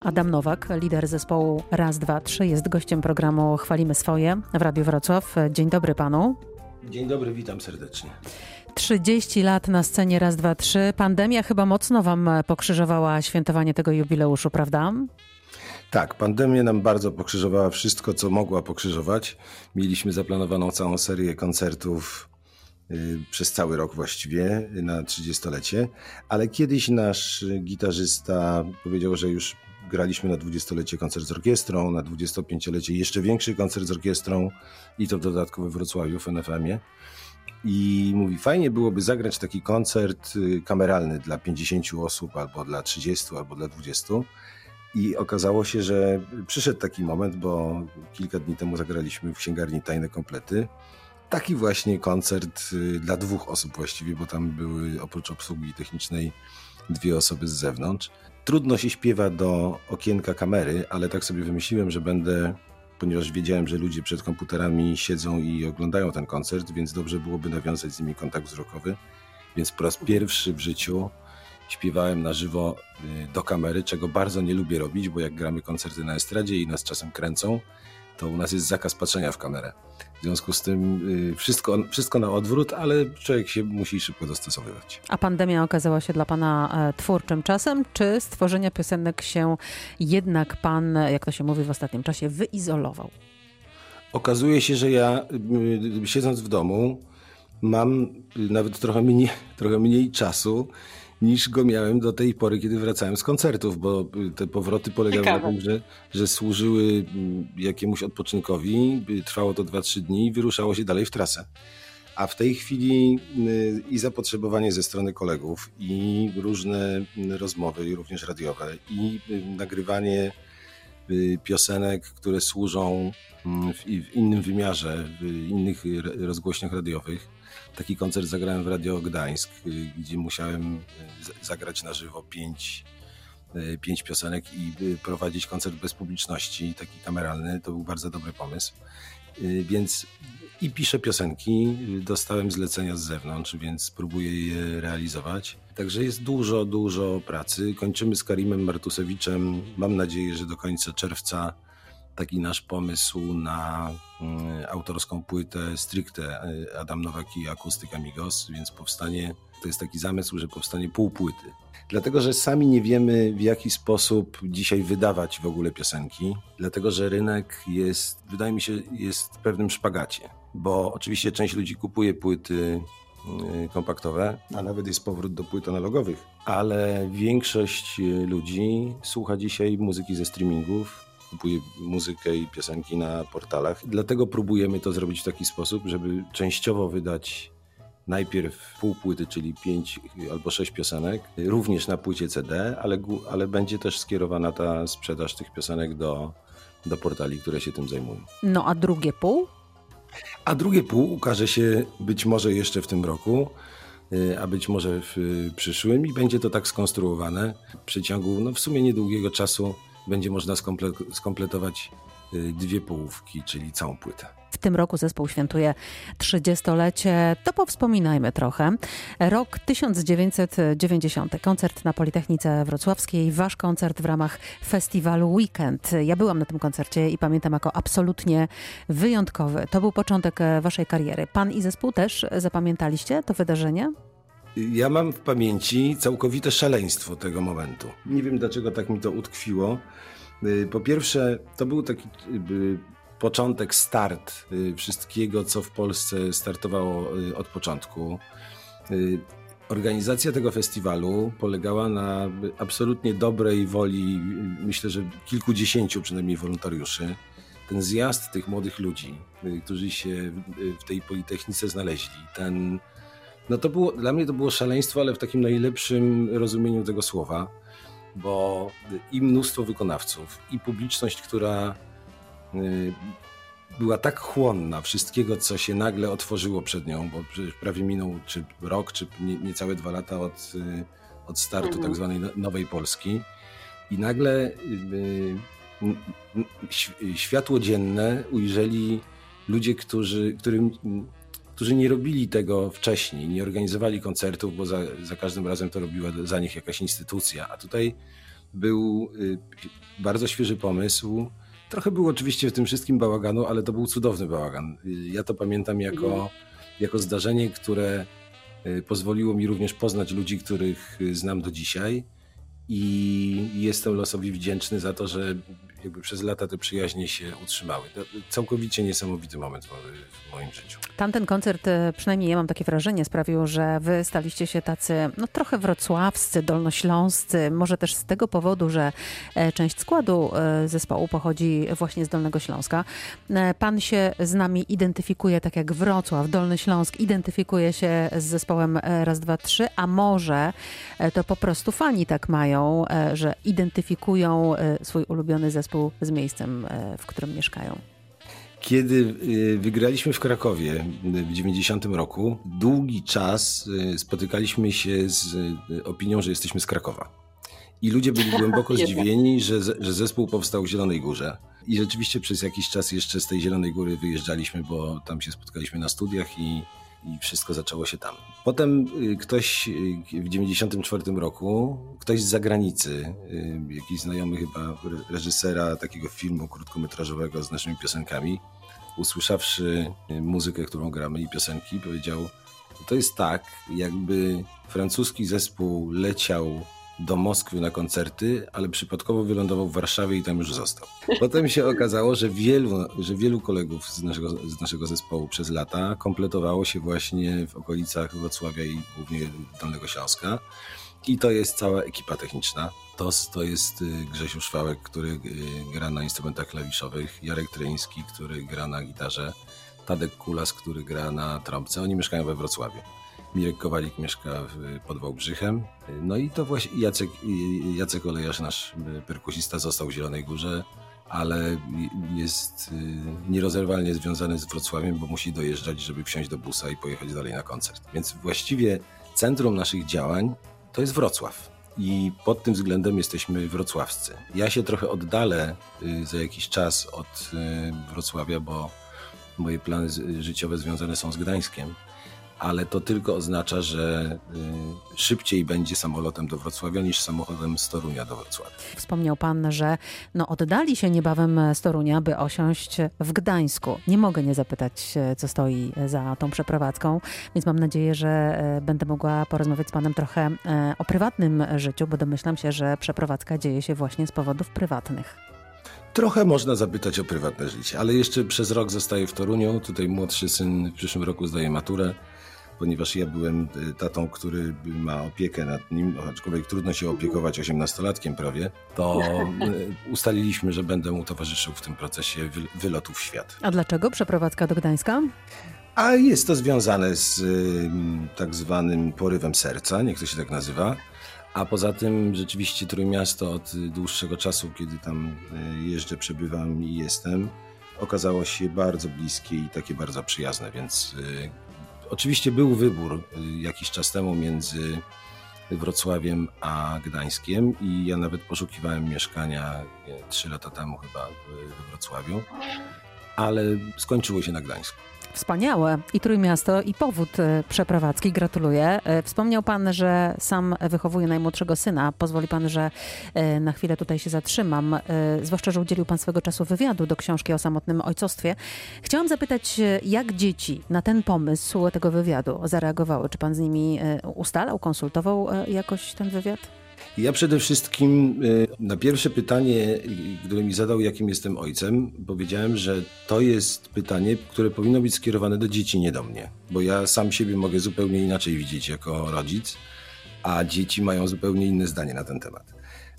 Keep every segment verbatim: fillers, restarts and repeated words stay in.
Adam Nowak, lider zespołu Raz, Dwa, Trzy, jest gościem programu Chwalimy Swoje w Radiu Wrocław. Dzień dobry panu. Dzień dobry, witam serdecznie. trzydzieści lat na scenie Raz, Dwa, Trzy. Pandemia chyba mocno wam pokrzyżowała świętowanie tego jubileuszu, prawda? Tak, pandemia nam bardzo pokrzyżowała wszystko, co mogła pokrzyżować. Mieliśmy zaplanowaną całą serię koncertów y, przez cały rok właściwie na trzydziestolecie, ale kiedyś nasz gitarzysta powiedział, że już graliśmy na dwudziestolecie koncert z orkiestrą, na dwudziestopięciolecie jeszcze większy koncert z orkiestrą i to w dodatku we Wrocławiu w en ef emie. I mówi, fajnie byłoby zagrać taki koncert kameralny dla pięćdziesięciu osób, albo dla trzydziestu, albo dla dwudziestu. I okazało się, że przyszedł taki moment, bo kilka dni temu zagraliśmy w księgarni Tajne Komplety. Taki właśnie koncert dla dwóch osób właściwie, bo tam były oprócz obsługi technicznej dwie osoby z zewnątrz. Trudno się śpiewa do okienka kamery, ale tak sobie wymyśliłem, że będę, ponieważ wiedziałem, że ludzie przed komputerami siedzą i oglądają ten koncert, więc dobrze byłoby nawiązać z nimi kontakt wzrokowy. Więc po raz pierwszy w życiu śpiewałem na żywo do kamery, czego bardzo nie lubię robić, bo jak gramy koncerty na estradzie i nas czasem kręcą, to u nas jest zakaz patrzenia w kamerę. W związku z tym wszystko, wszystko na odwrót, ale człowiek się musi szybko dostosowywać. A pandemia okazała się dla pana twórczym czasem, czy stworzenia piosenek się jednak pan, jak to się mówi w ostatnim czasie, wyizolował? Okazuje się, że ja siedząc w domu mam nawet trochę mniej, trochę mniej czasu niż go miałem do tej pory, kiedy wracałem z koncertów, bo te powroty polegały Ciekawe. na tym, że, że służyły jakiemuś odpoczynkowi, trwało to dwa trzy dni i wyruszało się dalej w trasę. A w tej chwili i zapotrzebowanie ze strony kolegów, i różne rozmowy, również radiowe, i nagrywanie piosenek, które służą w, w innym wymiarze, w innych rozgłośniach radiowych. Taki koncert zagrałem w Radio Gdańsk, gdzie musiałem zagrać na żywo pięć, pięć piosenek i prowadzić koncert bez publiczności, taki kameralny. To był bardzo dobry pomysł. Więc i piszę piosenki, dostałem zlecenia z zewnątrz, więc spróbuję je realizować. Także jest dużo, dużo pracy. Kończymy z Karimem Martusewiczem. Mam nadzieję, że do końca czerwca taki nasz pomysł na y, autorską płytę stricte Adam Nowak i Akustyk Amigos, więc powstanie, to jest taki zamysł, że powstanie pół płyty. Dlatego, że sami nie wiemy, w jaki sposób dzisiaj wydawać w ogóle piosenki, dlatego, że rynek jest, wydaje mi się, jest w pewnym szpagacie, bo oczywiście część ludzi kupuje płyty y, kompaktowe, a nawet jest powrót do płyt analogowych, ale większość ludzi słucha dzisiaj muzyki ze streamingów, kupuje muzykę i piosenki na portalach. Dlatego próbujemy to zrobić w taki sposób, żeby częściowo wydać najpierw pół płyty, czyli pięć albo sześć piosenek, również na płycie ce de, ale, ale będzie też skierowana ta sprzedaż tych piosenek do, do portali, które się tym zajmują. No a drugie pół? A drugie pół ukaże się być może jeszcze w tym roku, a być może w przyszłym i będzie to tak skonstruowane. W przeciągu no w sumie niedługiego czasu będzie można skomple- skompletować dwie połówki, czyli całą płytę. W tym roku zespół świętuje trzydziestolecie. To powspominajmy trochę. Rok tysiąc dziewięćset dziewięćdziesiąty. Koncert na Politechnice Wrocławskiej. Wasz koncert w ramach festiwalu Weekend. Ja byłam na tym koncercie i pamiętam jako absolutnie wyjątkowy. To był początek waszej kariery. Pan i zespół też zapamiętaliście to wydarzenie? Ja mam w pamięci całkowite szaleństwo tego momentu. Nie wiem, dlaczego tak mi to utkwiło. Po pierwsze, to był taki początek, start wszystkiego, co w Polsce startowało od początku. Organizacja tego festiwalu polegała na absolutnie dobrej woli, myślę, że kilkudziesięciu przynajmniej wolontariuszy. Ten zjazd tych młodych ludzi, którzy się w tej Politechnice znaleźli, ten No to było, dla mnie to było szaleństwo, ale w takim najlepszym rozumieniu tego słowa, bo i mnóstwo wykonawców, i publiczność, która y, była tak chłonna wszystkiego, co się nagle otworzyło przed nią, bo prawie minął czy rok, czy nie, niecałe dwa lata od, y, od startu mhm. tak zwanej Nowej Polski i nagle y, y, światło dzienne ujrzeli ludzie, którzy, którym którzy nie robili tego wcześniej, nie organizowali koncertów, bo za, za każdym razem to robiła za nich jakaś instytucja, a tutaj Był bardzo świeży pomysł. Trochę było oczywiście w tym wszystkim bałaganu, ale to był cudowny bałagan. Ja to pamiętam jako, jako zdarzenie, które pozwoliło mi również poznać ludzi, których znam do dzisiaj. I jestem losowi wdzięczny za to, że jakby przez lata te przyjaźnie się utrzymały. To całkowicie niesamowity moment w moim życiu. Tamten koncert, przynajmniej ja mam takie wrażenie, sprawił, że wy staliście się tacy no, trochę wrocławscy, dolnośląscy. Może też z tego powodu, że część składu zespołu pochodzi właśnie z Dolnego Śląska. Pan się z nami identyfikuje, tak jak Wrocław, Dolny Śląsk identyfikuje się z zespołem Raz, Dwa, Trzy, a może to po prostu fani tak mają, że identyfikują swój ulubiony zespół z miejscem, w którym mieszkają. Kiedy wygraliśmy w Krakowie w dziewięćdziesiątym roku, długi czas spotykaliśmy się z opinią, że jesteśmy z Krakowa. I ludzie byli głęboko zdziwieni, że, że zespół powstał w Zielonej Górze. I rzeczywiście przez jakiś czas jeszcze z tej Zielonej Góry wyjeżdżaliśmy, bo tam się spotkaliśmy na studiach i I wszystko zaczęło się tam. Potem ktoś w dziewięćdziesiątym czwartym roku, ktoś z zagranicy, jakiś znajomy chyba reżysera takiego filmu krótkometrażowego z naszymi piosenkami, usłyszawszy muzykę, którą gramy i piosenki, powiedział, to jest tak, jakby francuski zespół leciał do Moskwy na koncerty, ale przypadkowo wylądował w Warszawie i tam już został. Potem się okazało, że wielu, że wielu kolegów z naszego, z naszego zespołu przez lata kompletowało się właśnie w okolicach Wrocławia i głównie Dolnego Śląska. I to jest cała ekipa techniczna. To, to jest Grzesiu Szwałek, który gra na instrumentach klawiszowych, Jarek Tryński, który gra na gitarze, Tadek Kulas, który gra na trąbce. Oni mieszkają we Wrocławiu. Mirek Kowalik mieszka pod Wałbrzychem. No i to właśnie Jacek, Jacek Olejarz, nasz perkusista, został w Zielonej Górze, ale jest nierozerwalnie związany z Wrocławiem, bo musi dojeżdżać, żeby wsiąść do busa i pojechać dalej na koncert. Więc właściwie centrum naszych działań to jest Wrocław. I pod tym względem jesteśmy wrocławscy. Ja się trochę oddalę za jakiś czas od Wrocławia, bo moje plany życiowe związane są z Gdańskiem. Ale to tylko oznacza, że y, szybciej będzie samolotem do Wrocławia niż samochodem z Torunia do Wrocławia. Wspomniał pan, że no, oddali się niebawem z Torunia, by osiąść w Gdańsku. Nie mogę nie zapytać, co stoi za tą przeprowadzką, więc mam nadzieję, że będę mogła porozmawiać z panem trochę o prywatnym życiu, bo domyślam się, że przeprowadzka dzieje się właśnie z powodów prywatnych. Trochę można zapytać o prywatne życie, ale jeszcze przez rok zostaję w Toruniu. Tutaj młodszy syn w przyszłym roku zdaje maturę. Ponieważ ja byłem tatą, który ma opiekę nad nim, aczkolwiek trudno się opiekować osiemnastolatkiem prawie, to ustaliliśmy, że będę mu towarzyszył w tym procesie wylotu w świat. A dlaczego przeprowadzka do Gdańska? A jest to związane z y, tak zwanym porywem serca, niech to się tak nazywa. A poza tym rzeczywiście Trójmiasto od dłuższego czasu, kiedy tam jeżdżę, przebywam i jestem, okazało się bardzo bliskie i takie bardzo przyjazne, więc y, oczywiście był wybór jakiś czas temu między Wrocławiem a Gdańskiem i ja nawet poszukiwałem mieszkania trzy lata temu chyba we Wrocławiu, ale skończyło się na Gdańsku. Wspaniałe. I Trójmiasto, i powód przeprowadzki. Gratuluję. Wspomniał pan, że sam wychowuje najmłodszego syna. Pozwoli pan, że na chwilę tutaj się zatrzymam. Zwłaszcza, że udzielił pan swego czasu wywiadu do książki o samotnym ojcostwie. Chciałam zapytać, jak dzieci na ten pomysł tego wywiadu zareagowały? Czy pan z nimi ustalał, konsultował jakoś ten wywiad? Ja przede wszystkim na pierwsze pytanie, które mi zadał, jakim jestem ojcem, powiedziałem, że to jest pytanie, które powinno być skierowane do dzieci, nie do mnie. Bo ja sam siebie mogę zupełnie inaczej widzieć jako rodzic, a dzieci mają zupełnie inne zdanie na ten temat.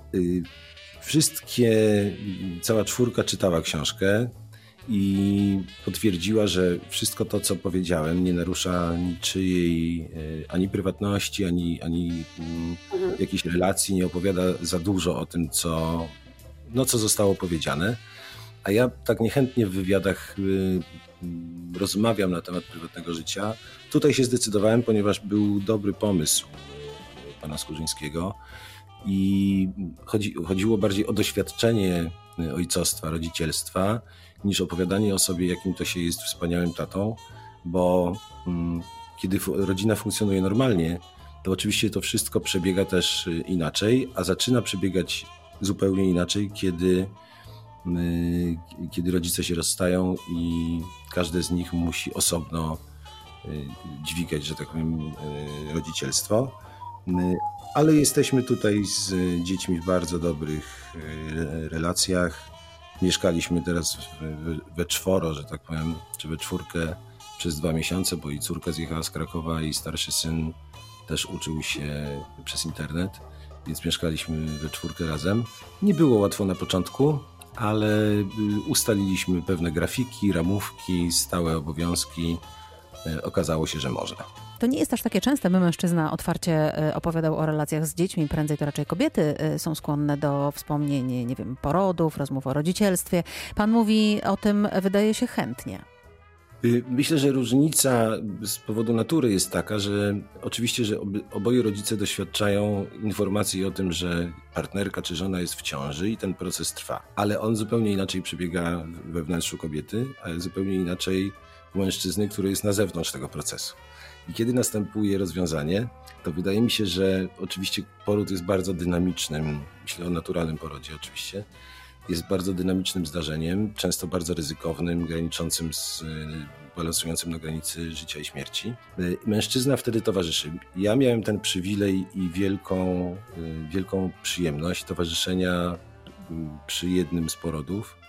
Wszystkie, cała czwórka czytała książkę i potwierdziła, że wszystko to, co powiedziałem, nie narusza niczyjej ani prywatności, ani, ani mhm. jakiejś relacji, nie opowiada za dużo o tym, co, no, co zostało powiedziane. A ja tak niechętnie w wywiadach y, rozmawiam na temat prywatnego życia. Tutaj się zdecydowałem, ponieważ był dobry pomysł pana Skurzyńskiego i chodzi, chodziło bardziej o doświadczenie ojcostwa, rodzicielstwa, niż opowiadanie o sobie, jakim to się jest wspaniałym tatą, bo mm, kiedy fu- rodzina funkcjonuje normalnie, to oczywiście to wszystko przebiega też inaczej, a zaczyna przebiegać zupełnie inaczej, kiedy, kiedy rodzice się rozstają i każdy z nich musi osobno dźwigać, że tak powiem, rodzicielstwo. Ale jesteśmy tutaj z dziećmi w bardzo dobrych relacjach. Mieszkaliśmy teraz we czworo, że tak powiem, czy we czwórkę przez dwa miesiące, bo i córka zjechała z Krakowa i starszy syn też uczył się przez internet, więc mieszkaliśmy we czwórkę razem. Nie było łatwo na początku, ale ustaliliśmy pewne grafiki, ramówki, stałe obowiązki. Okazało się, że można. To nie jest aż takie częste, by mężczyzna otwarcie opowiadał o relacjach z dziećmi. Prędzej to raczej kobiety są skłonne do wspomnień, nie wiem, porodów, rozmów o rodzicielstwie. Pan mówi o tym, wydaje się, chętnie. Myślę, że różnica z powodu natury jest taka, że oczywiście, że oboje rodzice doświadczają informacji o tym, że partnerka czy żona jest w ciąży i ten proces trwa. Ale on zupełnie inaczej przebiega we wnętrzu kobiety, a zupełnie inaczej u mężczyzny, który jest na zewnątrz tego procesu. I kiedy następuje rozwiązanie, to wydaje mi się, że oczywiście poród jest bardzo dynamicznym, myślę o naturalnym porodzie oczywiście, jest bardzo dynamicznym zdarzeniem, często bardzo ryzykownym, graniczącym z, balansującym na granicy życia i śmierci. Mężczyzna wtedy towarzyszy. Ja miałem ten przywilej i wielką, wielką przyjemność towarzyszenia przy jednym z porodów.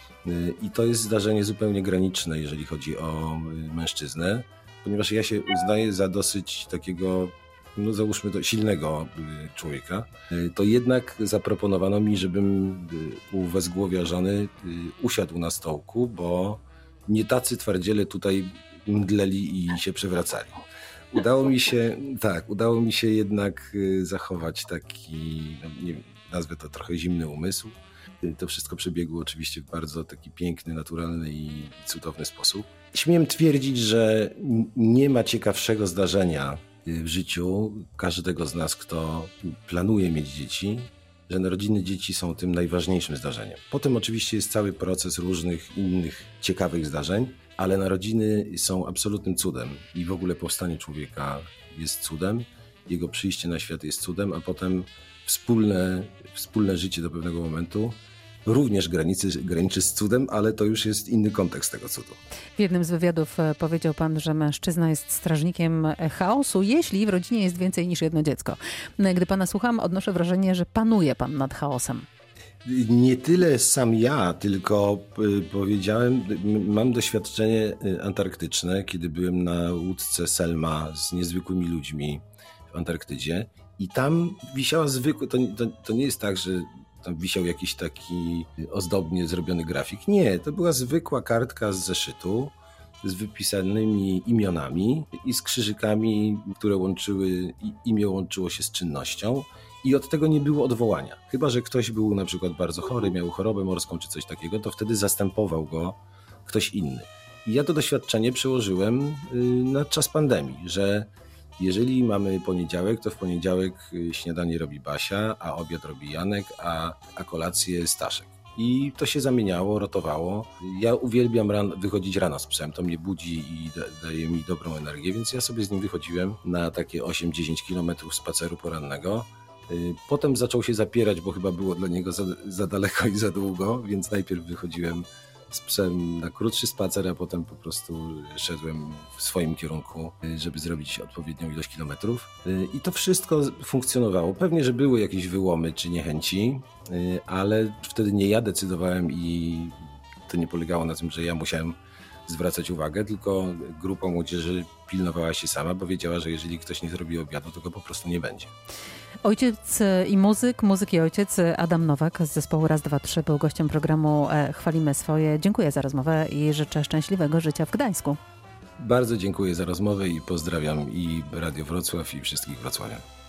I to jest zdarzenie zupełnie graniczne, jeżeli chodzi o mężczyznę, ponieważ ja się uznaję za dosyć takiego, no załóżmy to, silnego człowieka, to jednak zaproponowano mi, żebym u wezgłowia żony usiadł na stołku, bo nie tacy twardziele tutaj mdleli i się przewracali. Udało mi się, tak, udało mi się jednak zachować taki, no nie wiem, nazwę to trochę zimny umysł. To wszystko przebiegło oczywiście w bardzo taki piękny, naturalny i cudowny sposób. Śmiem twierdzić, że nie ma ciekawszego zdarzenia w życiu każdego z nas, kto planuje mieć dzieci, że narodziny dzieci są tym najważniejszym zdarzeniem. Potem oczywiście jest cały proces różnych innych ciekawych zdarzeń, ale narodziny są absolutnym cudem i w ogóle powstanie człowieka jest cudem, jego przyjście na świat jest cudem, a potem wspólne, wspólne życie do pewnego momentu również granicy, graniczy z cudem, ale to już jest inny kontekst tego cudu. W jednym z wywiadów powiedział pan, że mężczyzna jest strażnikiem chaosu, jeśli w rodzinie jest więcej niż jedno dziecko. Gdy pana słucham, odnoszę wrażenie, że panuje pan nad chaosem. Nie tyle sam ja, tylko powiedziałem, mam doświadczenie antarktyczne, kiedy byłem na łódce Selma z niezwykłymi ludźmi w Antarktydzie i tam wisiała zwykła, to, to, to nie jest tak, że tam wisiał jakiś taki ozdobnie zrobiony grafik. Nie, to była zwykła kartka z zeszytu z wypisanymi imionami i z krzyżykami, które łączyły, imię łączyło się z czynnością i od tego nie było odwołania. Chyba że ktoś był na przykład bardzo chory, miał chorobę morską czy coś takiego, to wtedy zastępował go ktoś inny. I ja to doświadczenie przełożyłem na czas pandemii, że jeżeli mamy poniedziałek, to w poniedziałek śniadanie robi Basia, a obiad robi Janek, a, a kolację Staszek. I to się zamieniało, rotowało. Ja uwielbiam ran, wychodzić rano z psem, to mnie budzi i da, daje mi dobrą energię, więc ja sobie z nim wychodziłem na takie osiem dziesięć kilometrów spaceru porannego. Potem zaczął się zapierać, bo chyba było dla niego za, za daleko i za długo, więc najpierw wychodziłem z psem na krótszy spacer, a potem po prostu szedłem w swoim kierunku, żeby zrobić odpowiednią ilość kilometrów. I to wszystko funkcjonowało. Pewnie, że były jakieś wyłomy czy niechęci, ale wtedy nie ja decydowałem i to nie polegało na tym, że ja musiałem zwracać uwagę, tylko grupa młodzieży pilnowała się sama, bo wiedziała, że jeżeli ktoś nie zrobi obiadu, to go po prostu nie będzie. Ojciec i muzyk, muzyk i ojciec Adam Nowak z zespołu Raz, Dwa, Trzy był gościem programu Chwalimy Swoje. Dziękuję za rozmowę i życzę szczęśliwego życia w Gdańsku. Bardzo dziękuję za rozmowę i pozdrawiam i Radio Wrocław i wszystkich wrocławian.